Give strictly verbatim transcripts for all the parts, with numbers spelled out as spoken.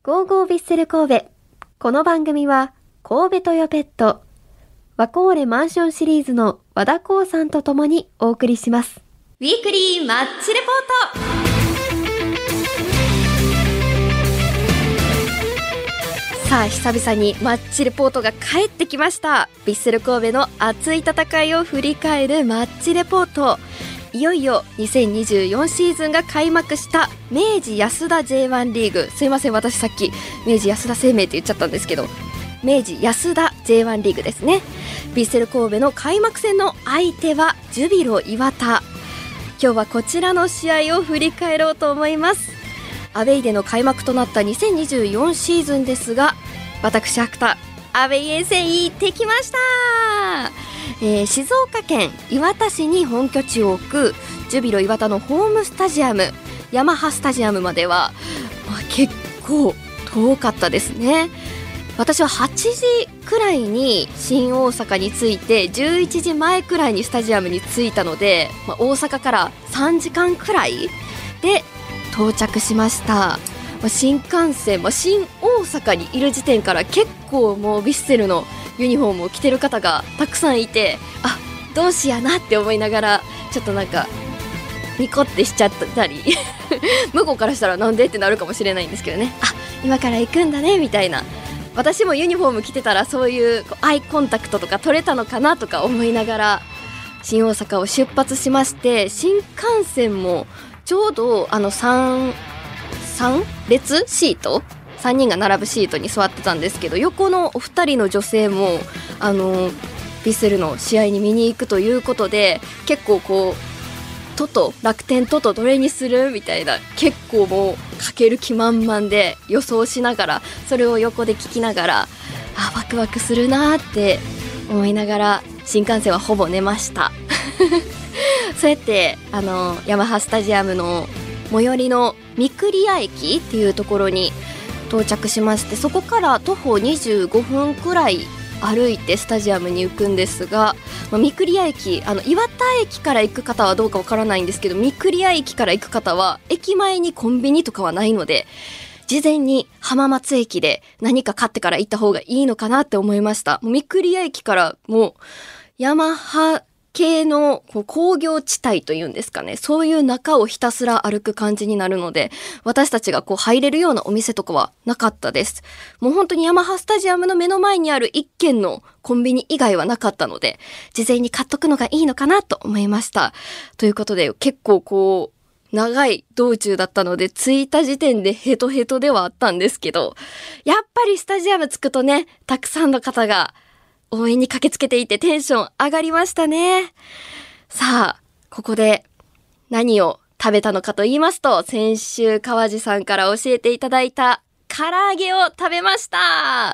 ゴーゴービッセル神戸。この番組は神戸トヨペット、ワコーレマンションシリーズの和田光さんと共にお送りします。ウィークリーマッチレポート。さあ、久々にマッチレポートが帰ってきました。ヴィッセル神戸の熱い戦いを振り返るマッチレポート。いよいよにせんにじゅうよんシーズンが開幕した明治安田 ジェイワン リーグ。すいません、私さっき明治安田生命って言っちゃったんですけど、明治安田 ジェイワン リーグですね。ヴィッセル神戸の開幕戦の相手はジュビロ磐田。今日はこちらの試合を振り返ろうと思います。アウェイでの開幕となったにせんにじゅうよんシーズンですが、私アクタアウェイ遠征行ってきました。えー、静岡県磐田市に本拠地を置くジュビロ磐田のホームスタジアム、ヤマハスタジアムまでは、まあ、結構遠かったですね。私ははちじくらいに新大阪に着いてじゅういちじまえくらいにスタジアムに着いたので、まあ、大阪からさんじかんくらいで到着しました。まあ、新幹線、まあ、新大阪にいる時点から結構もうヴィッセルのユニフォームを着てる方がたくさんいて、あ、どうしやなって思いながらちょっとなんかニコってしちゃったり向こうからしたらなんでってなるかもしれないんですけどね、あ、今から行くんだねみたいな。私もユニフォーム着てたらそういうアイコンタクトとか取れたのかなとか思いながら新大阪を出発しまして、新幹線もちょうどあの 3, 3列シートさんにんが並ぶシートに座ってたんですけど、横のお二人の女性もあのヴィッセルの試合に見に行くということで、結構こうトト楽天トトどれにするみたいな、結構もうかける気満々で予想しながら、それを横で聞きながら、あ、ワクワクするなって思いながら新幹線はほぼ寝ましたそうやってあのヤマハスタジアムの最寄りの三栗屋駅っていうところに到着しまして、そこから徒歩にじゅうごふんくらい歩いてスタジアムに行くんですが、まあ、三栗屋駅、あの磐田駅から行く方はどうかわからないんですけど、三栗屋駅から行く方は駅前にコンビニとかはないので、事前に浜松駅で何か買ってから行った方がいいのかなって思いました。もう三栗屋駅からもうヤマハ系のこう工業地帯というんですかね、そういう中をひたすら歩く感じになるので、私たちがこう入れるようなお店とかはなかったです。もう本当にヤマハスタジアムの目の前にある一軒のコンビニ以外はなかったので、事前に買っとくのがいいのかなと思いました。ということで結構こう長い道中だったので、着いた時点でヘトヘトではあったんですけど、やっぱりスタジアム着くとね、たくさんの方が応援に駆けつけていてテンション上がりましたね。さあ、ここで何を食べたのかと言いますと、先週川地さんから教えていただいた唐揚げを食べました。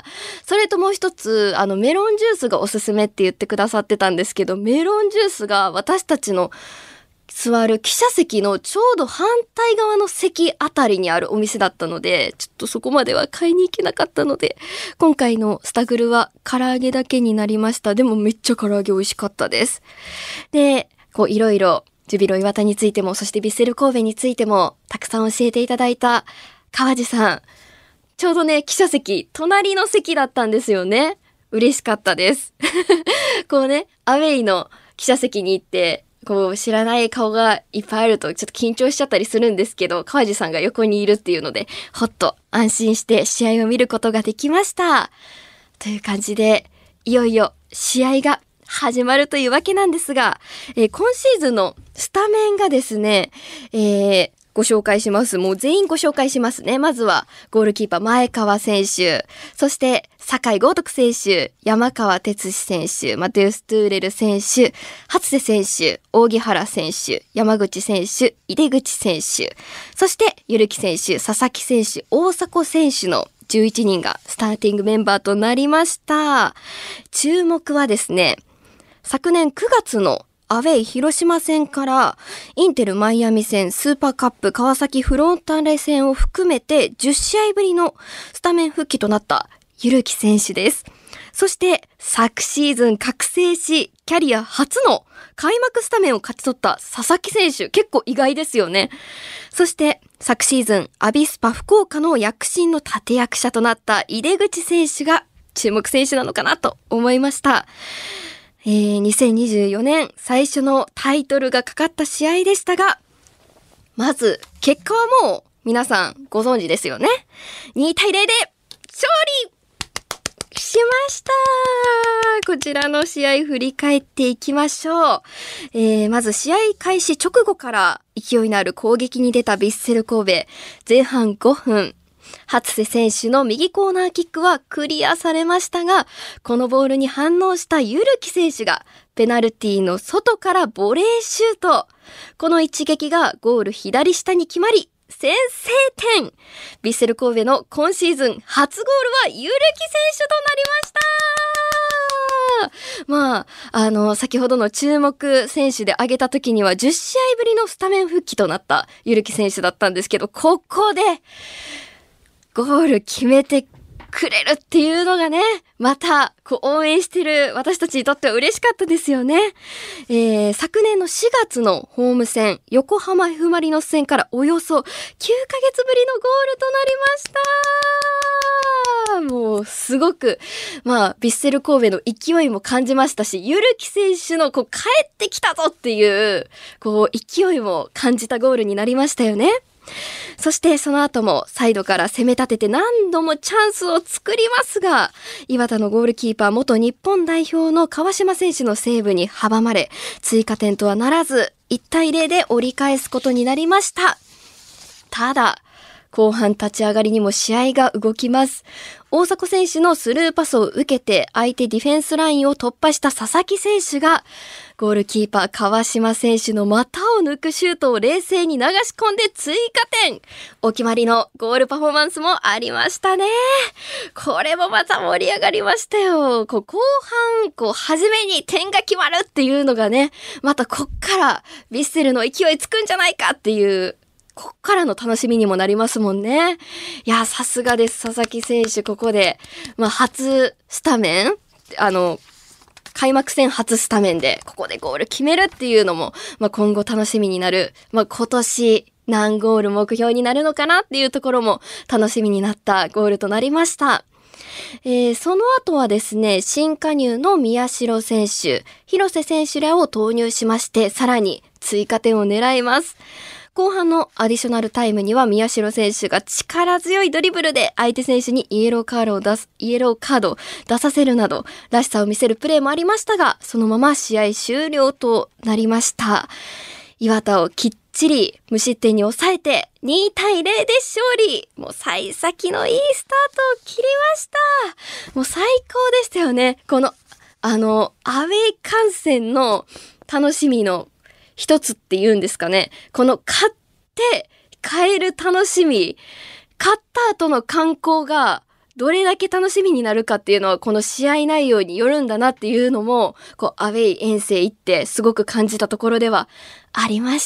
それともう一つ、あのメロンジュースがおすすめって言ってくださってたんですけど、メロンジュースが私たちの座る記者席のちょうど反対側の席あたりにあるお店だったので、ちょっとそこまでは買いに行けなかったので、今回のスタグルは唐揚げだけになりました。でもめっちゃ唐揚げ美味しかったです。で、こういろいろジュビロ磐田についても、そしてヴィッセル神戸についてもたくさん教えていただいた川地さん、ちょうどね、記者席隣の席だったんですよね。嬉しかったですこうね、アウェイの記者席に行ってこう知らない顔がいっぱいあるとちょっと緊張しちゃったりするんですけど、川地さんが横にいるっていうのでほっと安心して試合を見ることができました。という感じで、いよいよ試合が始まるというわけなんですが、えー、今シーズンのスタメンがですね、えーご紹介します。もう全員ご紹介しますね。まずはゴールキーパー前川選手、そして酒井豪徳選手、山川哲司選手、マテウス・トゥーレル選手、初瀬選手、扇原選手、山口選手、井出口選手、そしてゆるき選手、佐々木選手、大迫選手のじゅういちにんがスターティングメンバーとなりました。注目はですね、昨年くがつのアウェイ広島戦からインテルマイアミ戦、スーパーカップ川崎フロンターレ戦を含めてじゅっしあいぶりのスタメン復帰となったゆき選手です。そして昨シーズン覚醒しキャリア初の開幕スタメンを勝ち取った佐々木選手、結構意外ですよね。そして昨シーズンアビスパ福岡の躍進の立役者となった井出口選手が注目選手なのかなと思いました。えー、にせんにじゅうよねん最初のタイトルがかかった試合でしたが、まず結果はもう皆さんご存知ですよね。にたいゼロで勝利しました。こちらの試合振り返っていきましょう。えー、まず試合開始直後から勢いのある攻撃に出たヴィッセル神戸。前半ごふん、初瀬選手の右コーナーキックはクリアされましたが、このボールに反応したゆるき選手がペナルティの外からボレーシュート。この一撃がゴール左下に決まり、先制点。ヴィッセル神戸の今シーズン初ゴールはゆるき選手となりました。まあ、あの、先ほどの注目選手で挙げた時にはじゅっしあいぶりのスタメン復帰となったゆるき選手だったんですけど、ここでゴール決めてくれるっていうのがね、またこう応援してる私たちにとっては嬉しかったですよね。えー、昨年のしがつのホーム戦、横浜 F マリノス戦からおよそきゅうかげつぶりのゴールとなりました。もうすごく、まあ、ヴィッセル神戸の勢いも感じましたし、ゆるき選手のこう帰ってきたぞっていう、こう勢いも感じたゴールになりましたよね。そしてその後もサイドから攻め立てて何度もチャンスを作りますが、磐田のゴールキーパー元日本代表の川島選手のセーブに阻まれ、追加点とはならずいちたいゼロで折り返すことになりました。ただ後半立ち上がりにも試合が動きます。大迫選手のスルーパスを受けて相手ディフェンスラインを突破した佐々木選手がゴールキーパー川島選手の股を抜くシュートを冷静に流し込んで追加点。お決まりのゴールパフォーマンスもありましたね。これもまた盛り上がりましたよ。こう後半こう初めに点が決まるっていうのがね、またこっからヴィッセルの勢いつくんじゃないかっていうこっからの楽しみにもなりますもんね。いや、さすがです。佐々木選手、ここで、まあ、初スタメンあの、開幕戦初スタメンで、ここでゴール決めるっていうのも、まあ、今後楽しみになる。まあ、今年、何ゴール目標になるのかなっていうところも楽しみになったゴールとなりました。えー、その後はですね、新加入の宮代選手、広瀬選手らを投入しまして、さらに追加点を狙います。後半のアディショナルタイムには宮代選手が力強いドリブルで相手選手にイエローカードを出す、イエローカードを出させるなどらしさを見せるプレーもありましたが、そのまま試合終了となりました。磐田をきっちり無失点に抑えてにたいゼロで勝利。もう幸先のいいスタートを切りました。もう最高でしたよね。このあのアウェー観戦の楽しみの一つって言うんですかね。この勝って帰る楽しみ、勝った後の観光がどれだけ楽しみになるかっていうのはこの試合内容によるんだなっていうのも、こうアウェイ遠征行ってすごく感じたところではありました。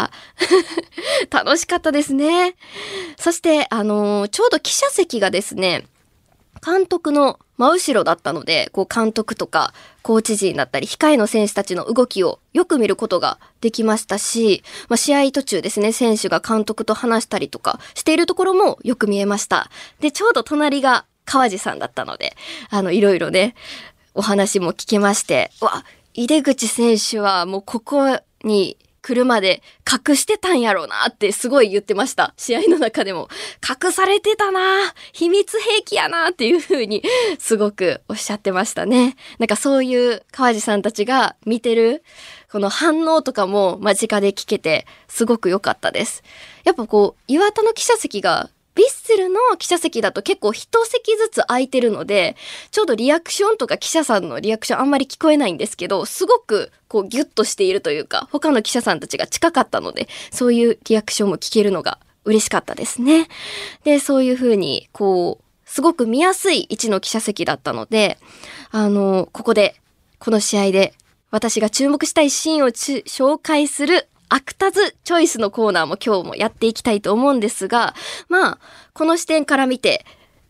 楽しかったですね。そしてあのー、ちょうど記者席がですね、監督の真後ろだったので、こう監督とかコーチ陣だったり控えの選手たちの動きをよく見ることができましたし、まあ、試合途中ですね、選手が監督と話したりとかしているところもよく見えました。で、ちょうど隣が川地さんだったので、あのいろいろねお話も聞けまして、うわ、井出口選手はもうここに来るまで隠してたんやろうなってすごい言ってました。試合の中でも隠されてたな、秘密兵器やなっていう風にすごくおっしゃってましたね。なんかそういう川地さんたちが見てるこの反応とかも間近で聞けてすごく良かったです。やっぱこう磐田の記者席がヴィッセルの記者席だと結構一席ずつ空いてるので、ちょうどリアクションとか記者さんのリアクションあんまり聞こえないんですけど、すごくこうギュッとしているというか、他の記者さんたちが近かったので、そういうリアクションも聞けるのが嬉しかったですね。で、そういう風にこうすごく見やすい位置の記者席だったので、あのここでこの試合で私が注目したいシーンを紹介するアクタズチョイスのコーナーも今日もやっていきたいと思うんですが、まあこの視点から見て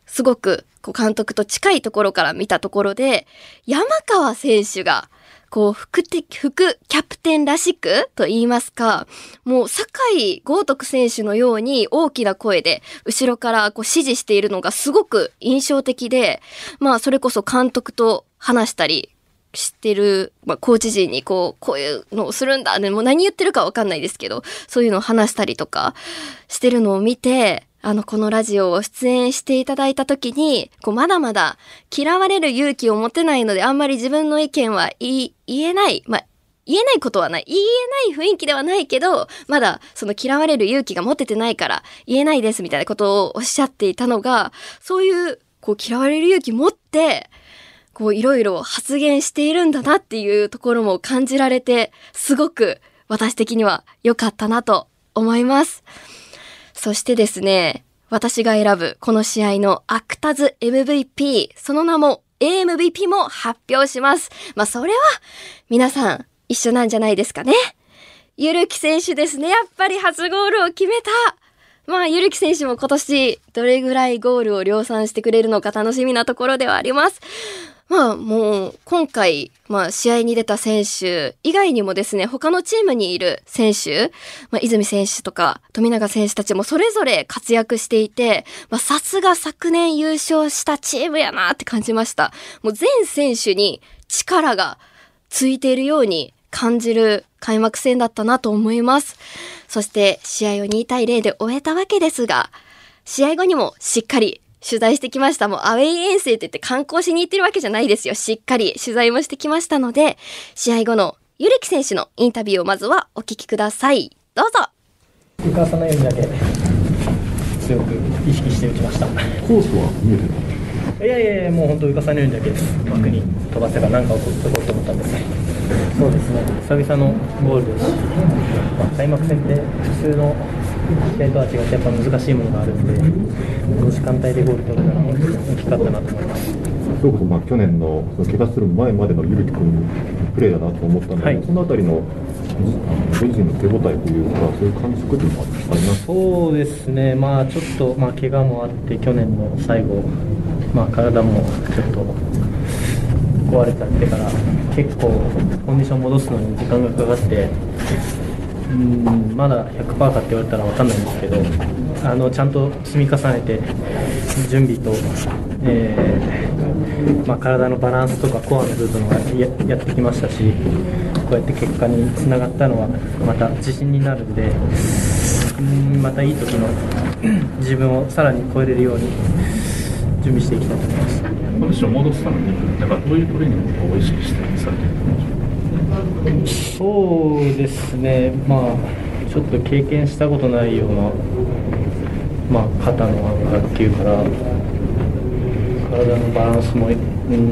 すごくこう監督と近いところから見たところで、山川選手がこう副て副キャプテンらしくと言いますか、もう酒井豪徳選手のように大きな声で後ろからこう指示しているのがすごく印象的で、まあそれこそ監督と話したりしてる、まあ、コーチ陣にこうこういうのをするんだね、もう何言ってるか分かんないですけど、そういうのを話したりとかしてるのを見て、あのこのラジオを出演していただいた時に、こうまだまだ嫌われる勇気を持てないので、あんまり自分の意見は言い言えない、まあ言えないことはない。言えない雰囲気ではないけど、まだその嫌われる勇気が持ててないから言えないですみたいなことをおっしゃっていたのが、そういうこう嫌われる勇気持ってこういろいろ発言しているんだなっていうところも感じられて、すごく私的には良かったなと思います。そしてですね、私が選ぶこの試合のアクタズ エムブイピー、その名も エーエムブイピー も発表します。まあそれは皆さん一緒なんじゃないですかね。ゆるき選手ですね。やっぱり初ゴールを決めた。まあゆるき選手も今年どれぐらいゴールを量産してくれるのか楽しみなところではあります。まあもう今回、まあ試合に出た選手以外にもですね、他のチームにいる選手、まあ泉選手とか富永選手たちもそれぞれ活躍していて、まあさすが昨年優勝したチームやなって感じました。もう全選手に力がついているように感じる開幕戦だったなと思います。そして試合をにたいゼロで終えたわけですが、試合後にもしっかり取材してきました。もうアウェイ遠征って言って観光しに行ってるわけじゃないですよ。しっかり取材もしてきましたので、試合後のゆるき選手のインタビューをまずはお聞きください。どうぞ。 浮かさないようにだけ強く意識して打ちました。コースは見えてた？いやいやいや、もう本当浮かさないようにだけです。枠に飛ばせば何か起こってこうと思ったんですね。そうですね、久々のゴールですし、まあ、開幕戦って普通の試合とは違ってやっぱ難しいものがあるので、この時間帯でゴール取るのは大きかったなと思います。 それこそまあ去年の怪我する前までのゆるき君のプレーだなと思ったので、はい、そのあたりのご自身の手応えというか、そういう感触というのはありますか？ そうですね、まあ、ちょっと、まあ、怪我もあって、去年の最後、まあ、体もちょっと壊れちゃってから、結構、コンディション戻すのに時間がかかって、うーんまだ ひゃくパーセント かって言われたら分かんないんですけど、あのちゃんと積み重ねて、準備と、えーまあ、体のバランスとかコアの部分を や, やってきましたし、こうやって結果につながったのはまた自信になるんで、うんまたいい時の自分をさらに超えれるように準備していきたいと思います。 コンディション戻すためになんかどういうトレーニングを意識してされているんですか？ そうですね、まあ、ちょっと経験したことないような、まあ、肩の学級から体のバランスも、うん、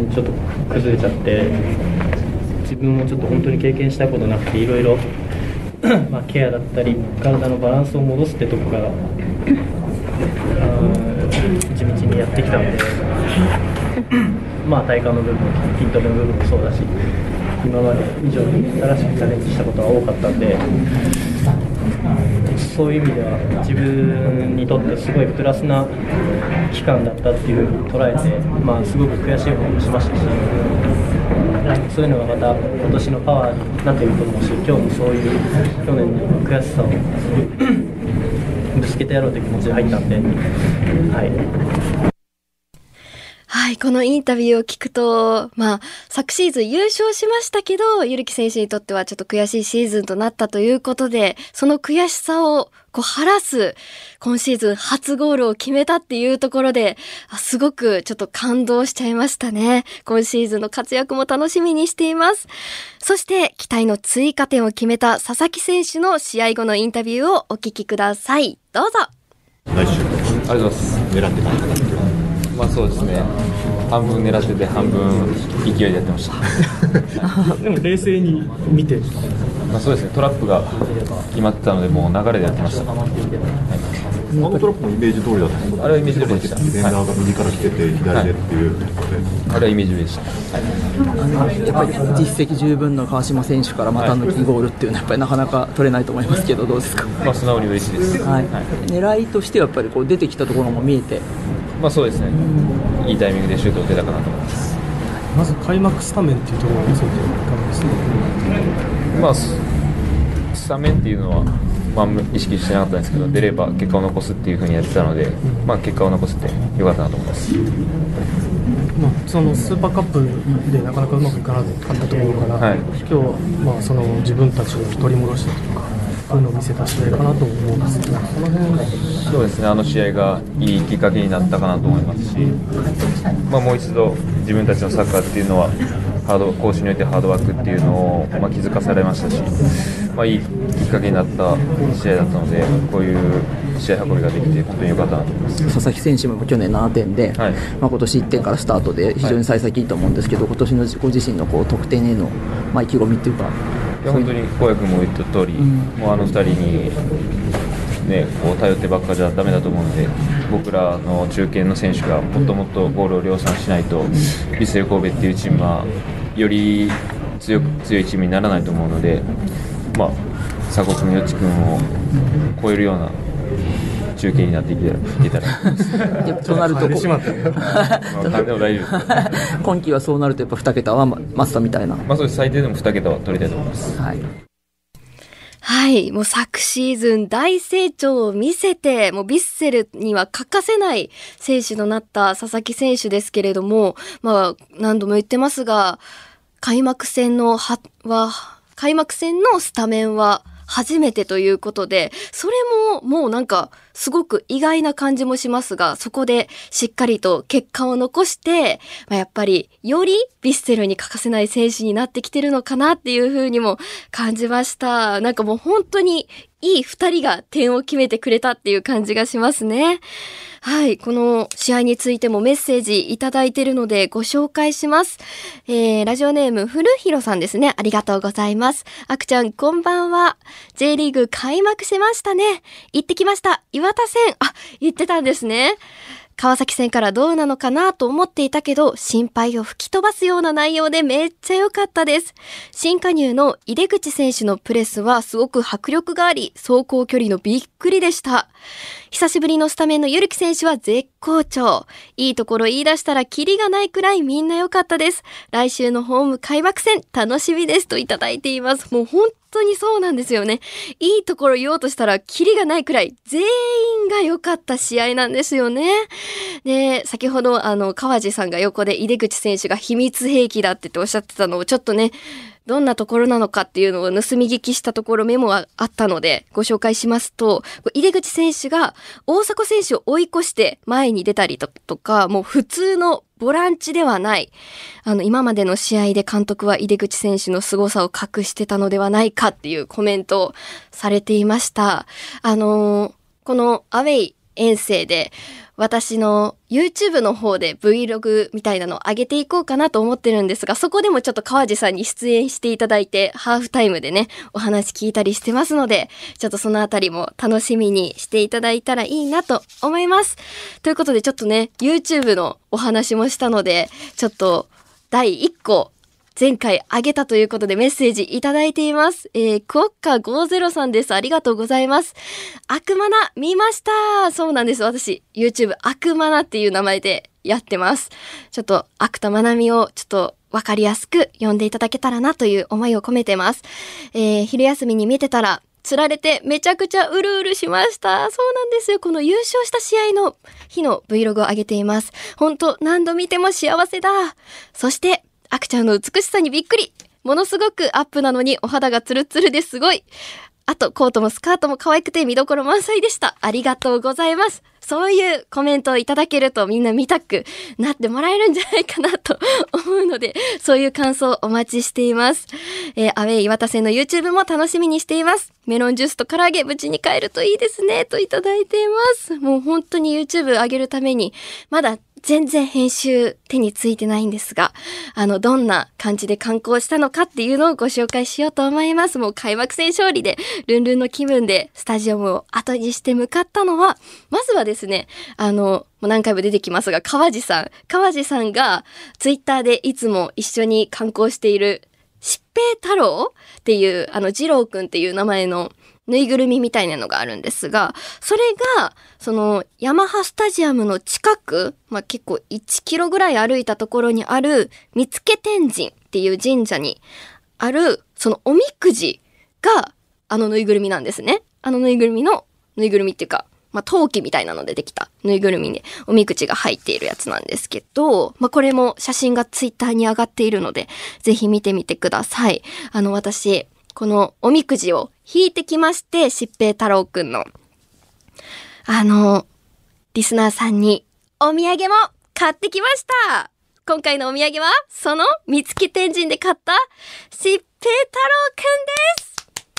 ちょっと崩れちゃって、自分もちょっと本当に経験したことなくて、いろいろまあケアだったり体のバランスを戻すってとこから地道にやってきたのでまあ体幹の部分、筋トレの部分もそうだし、今まで以上に新しくチャレンジしたことが多かったんで、そういう意味では自分にとってすごいプラスな期間だったっていうふうに捉えて、まあ、すごく悔しい思いもしましたし、そういうのがまた今年のパワーになっていると思うし、今日もそういう去年の悔しさをぶつけてやろうという気持ちで入ったんで、はいはい、このインタビューを聞くと、まあ、昨シーズン優勝しましたけど、ゆるき選手にとってはちょっと悔しいシーズンとなったということで、その悔しさをこう晴らす、今シーズン初ゴールを決めたっていうところで、あすごくちょっと感動しちゃいましたね。今シーズンの活躍も楽しみにしています。そして、期待の追加点を決めた佐々木選手の試合後のインタビューをお聞きください。どうぞ。 来週、 ありがとうございます。 狙ってたんですけど、 まあそうですね、半分狙ってて半分勢いでやってましたでも冷静に見て、 まあそうですね、トラップが決まってたので、もう流れでやってました、はい、 あのトラップもイメージ通りだったんですか？ あれはイメージ通りでした。 ディフェンダーが右から来てて、はい、左でっていうことで、 あれはイメージ通りでした、はい、 あのやっぱり実績十分の川島選手から股抜きゴールっていうのはやっぱりなかなか取れないと思いますけど、どうですか？ まあ素直に嬉しいです、 はいはい、狙いとしてはやっぱりこう出てきたところも見えてまあそうですね、いいタイミングでシュートを打てたかなと思います。 まず開幕スタメンっていうところについていかがですか？ まあスタメンっていうのは、まあ、意識してなかったんですけど、出れば結果を残すっていう風にやってたので、まあ、結果を残せてよかったなと思います。 まあ、そのスーパーカップでなかなかうまくいかなかったと思うから、はい、今日、まあ、その自分たちを取り戻したというか、こういうのを見せた試合かなと思うんですけど、その辺そうですね、あの試合がいいきっかけになったかなと思いますし、まあ、もう一度自分たちのサッカーっていうのはハード攻守においてハードワークっていうのを、まあ、気づかされましたし、まあ、いいきっかけになった試合だったので、こういう試合運びができて本当に良かったなと思います。 佐々木選手も去年ななてんで、はい、まあ、今年いってんからスタートで非常に幸先いいと思うんですけど、はい、今年のご自身のこう得点への、まあ、意気込みっていうか、 いや本当に小谷君も言った通り、うん、もうあのふたりに、ね、こう頼ってばっかじゃダメだと思うので、僕らの中堅の選手がもっともっとゴールを量産しないと、ヴィッセル神戸っていうチームはより強く強いチームにならないと思うので、まあ、佐古君、よっち君を超えるような中堅になっていけたらとなると今季はそうなるとやっぱに桁はマスターみたいな、 まあ、そうです。最低でもに桁は取りたいと思います。 はい、はい、もう昨シーズン大成長を見せて、もうヴィッセルには欠かせない選手となった佐々木選手ですけれども、まあ何度も言ってますが、開幕戦のはは開幕戦のスタメンは初めてということで、それももうなんかすごく意外な感じもしますが、そこでしっかりと結果を残して、まあ、やっぱりよりヴィッセルに欠かせない選手になってきてるのかなっていう風にも感じました。なんかもう本当にいい二人が点を決めてくれたっていう感じがしますね。はい、この試合についてもメッセージいただいているのでご紹介します。えー、ラジオネーム古弘さんですね。ありがとうございます。あくちゃんこんばんは。J リーグ開幕しましたね。行ってきました。岩田戦、あ、言ってたんですね。川崎戦からどうなのかなと思っていたけど、心配を吹き飛ばすような内容でめっちゃ良かったです。新加入の井出口選手のプレスはすごく迫力があり、走行距離のびっくりでした。久しぶりのスタメンのゆるき選手は絶好調。いいところ言い出したらキリがないくらいみんな良かったです。来週のホーム開幕戦楽しみですといただいています。もう本当にそうなんですよね。いいところ言おうとしたらキリがないくらい全員が良かった試合なんですよね。で、先ほどあの川地さんが横で井出口選手が秘密兵器だってっておっしゃってたのをちょっとね、どんなところなのかっていうのを盗み聞きしたところメモがあったのでご紹介しますと、井出口選手が大迫選手を追い越して前に出たりとか、もう普通のボランチではない、あの今までの試合で監督は井出口選手の凄さを隠してたのではないかっていうコメントをされていました。あのー、このアウェイ遠征で私の YouTube の方で Vlog みたいなのを上げていこうかなと思ってるんですが、そこでもちょっと川地さんに出演していただいて、ハーフタイムでね、お話聞いたりしてますので、ちょっとそのあたりも楽しみにしていただいたらいいなと思います。ということでちょっとね、YouTube のお話もしたので、ちょっとだいいっこ、前回あげたということでメッセージいただいています。えー、クオッカごじゅうさんです。ありがとうございます。悪魔な見ました。そうなんです。私 YouTube 悪魔なっていう名前でやってます。ちょっと悪田まなみをちょっとわかりやすく読んでいただけたらなという思いを込めてます。えー、昼休みに見てたら釣られてめちゃくちゃうるうるしました。そうなんですよ。この優勝した試合の日の Vlog を上げています。本当何度見ても幸せだ。そしてあくちゃんの美しさにびっくり。ものすごくアップなのにお肌がツルツルですごい。あとコートもスカートも可愛くて見どころ満載でした。ありがとうございます。そういうコメントをいただけるとみんな見たくなってもらえるんじゃないかなと思うので、そういう感想をお待ちしています。えー、アウェイ岩田戦の YouTube も楽しみにしています。メロンジュースと唐揚げ無事に買えるといいですねといただいています。もう本当に YouTube 上げるためにまだ全然編集手についてないんですが、あのどんな感じで観光したのかっていうのをご紹介しようと思います。もう開幕戦勝利でルンルンの気分でスタジアムを後にして向かったのは、まずはですね、あのもう何回も出てきますが、川地さん川地さんがツイッターでいつも一緒に観光している疾病太郎っていうあの二郎くんっていう名前のぬいぐるみみたいなのがあるんですが、それがそのヤマハスタジアムの近く、まあ、結構いちキロぐらい歩いたところにある見附天神っていう神社にあるそのおみくじがあのぬいぐるみなんですね。あのぬいぐるみのぬいぐるみっていうか、まあ、陶器みたいなのでできたぬいぐるみにおみくじが入っているやつなんですけど、まあ、これも写真がツイッターに上がっているのでぜひ見てみてください。あの私このおみくじを引いてきまして、疾平太郎くんのあのリスナーさんにお土産も買ってきました。今回のお土産はその見附天神で買った疾平太郎くんです。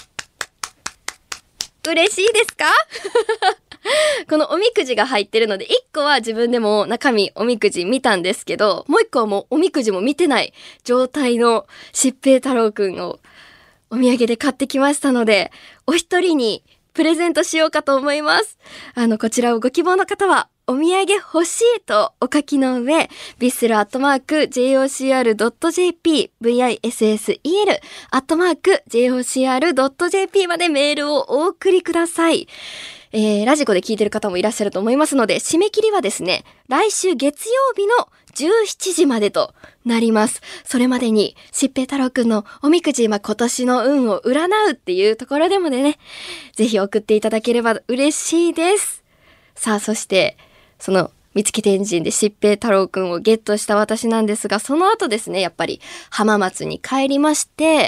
嬉しいですかこのおみくじが入ってるので、いっこは自分でも中身おみくじ見たんですけど、もういっこはもうおみくじも見てない状態の疾平太郎くんをお土産で買ってきましたので、お一人にプレゼントしようかと思います。あの、こちらをご希望の方は、お土産欲しいとお書きの上、ビッセルアットマーク ジェイオーシーアールドットジェーピー、ブイアイエスエスイーエル アットマーク ジェイオーシーアールドットジェーピー までメールをお送りください。えー、ラジコで聞いてる方もいらっしゃると思いますので、締め切りはですね、来週月曜日のじゅうしちじまでとなります。それまでに、疾平太郎くんのおみくじ、まあ、今年の運を占うっていうところでもね、ぜひ送っていただければ嬉しいです。さあ、そして、その、見附天神で疾平太郎くんをゲットした私なんですが、その後ですね、やっぱり浜松に帰りまして、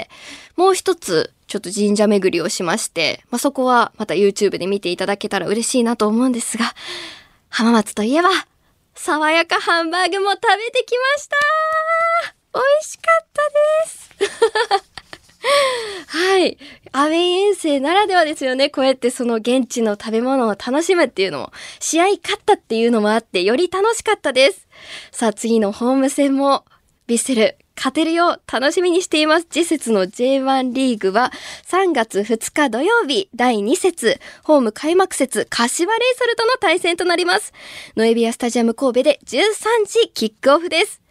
もう一つ、ちょっと神社巡りをしまして、まあ、そこはまた YouTube で見ていただけたら嬉しいなと思うんですが、浜松といえば、爽やかハンバーグも食べてきました。美味しかったです。はい。アウェイ遠征ならではですよね。こうやってその現地の食べ物を楽しむっていうのも、試合勝ったっていうのもあって、より楽しかったです。さあ、次のホーム戦も、ヴィッセル、勝てるよう楽しみにしています。次節の ジェイワン リーグはさんがつふつか土曜日だいに節、ホーム開幕節柏レイソルとの対戦となります。ノエビアスタジアム神戸でじゅうさんじキックオフです。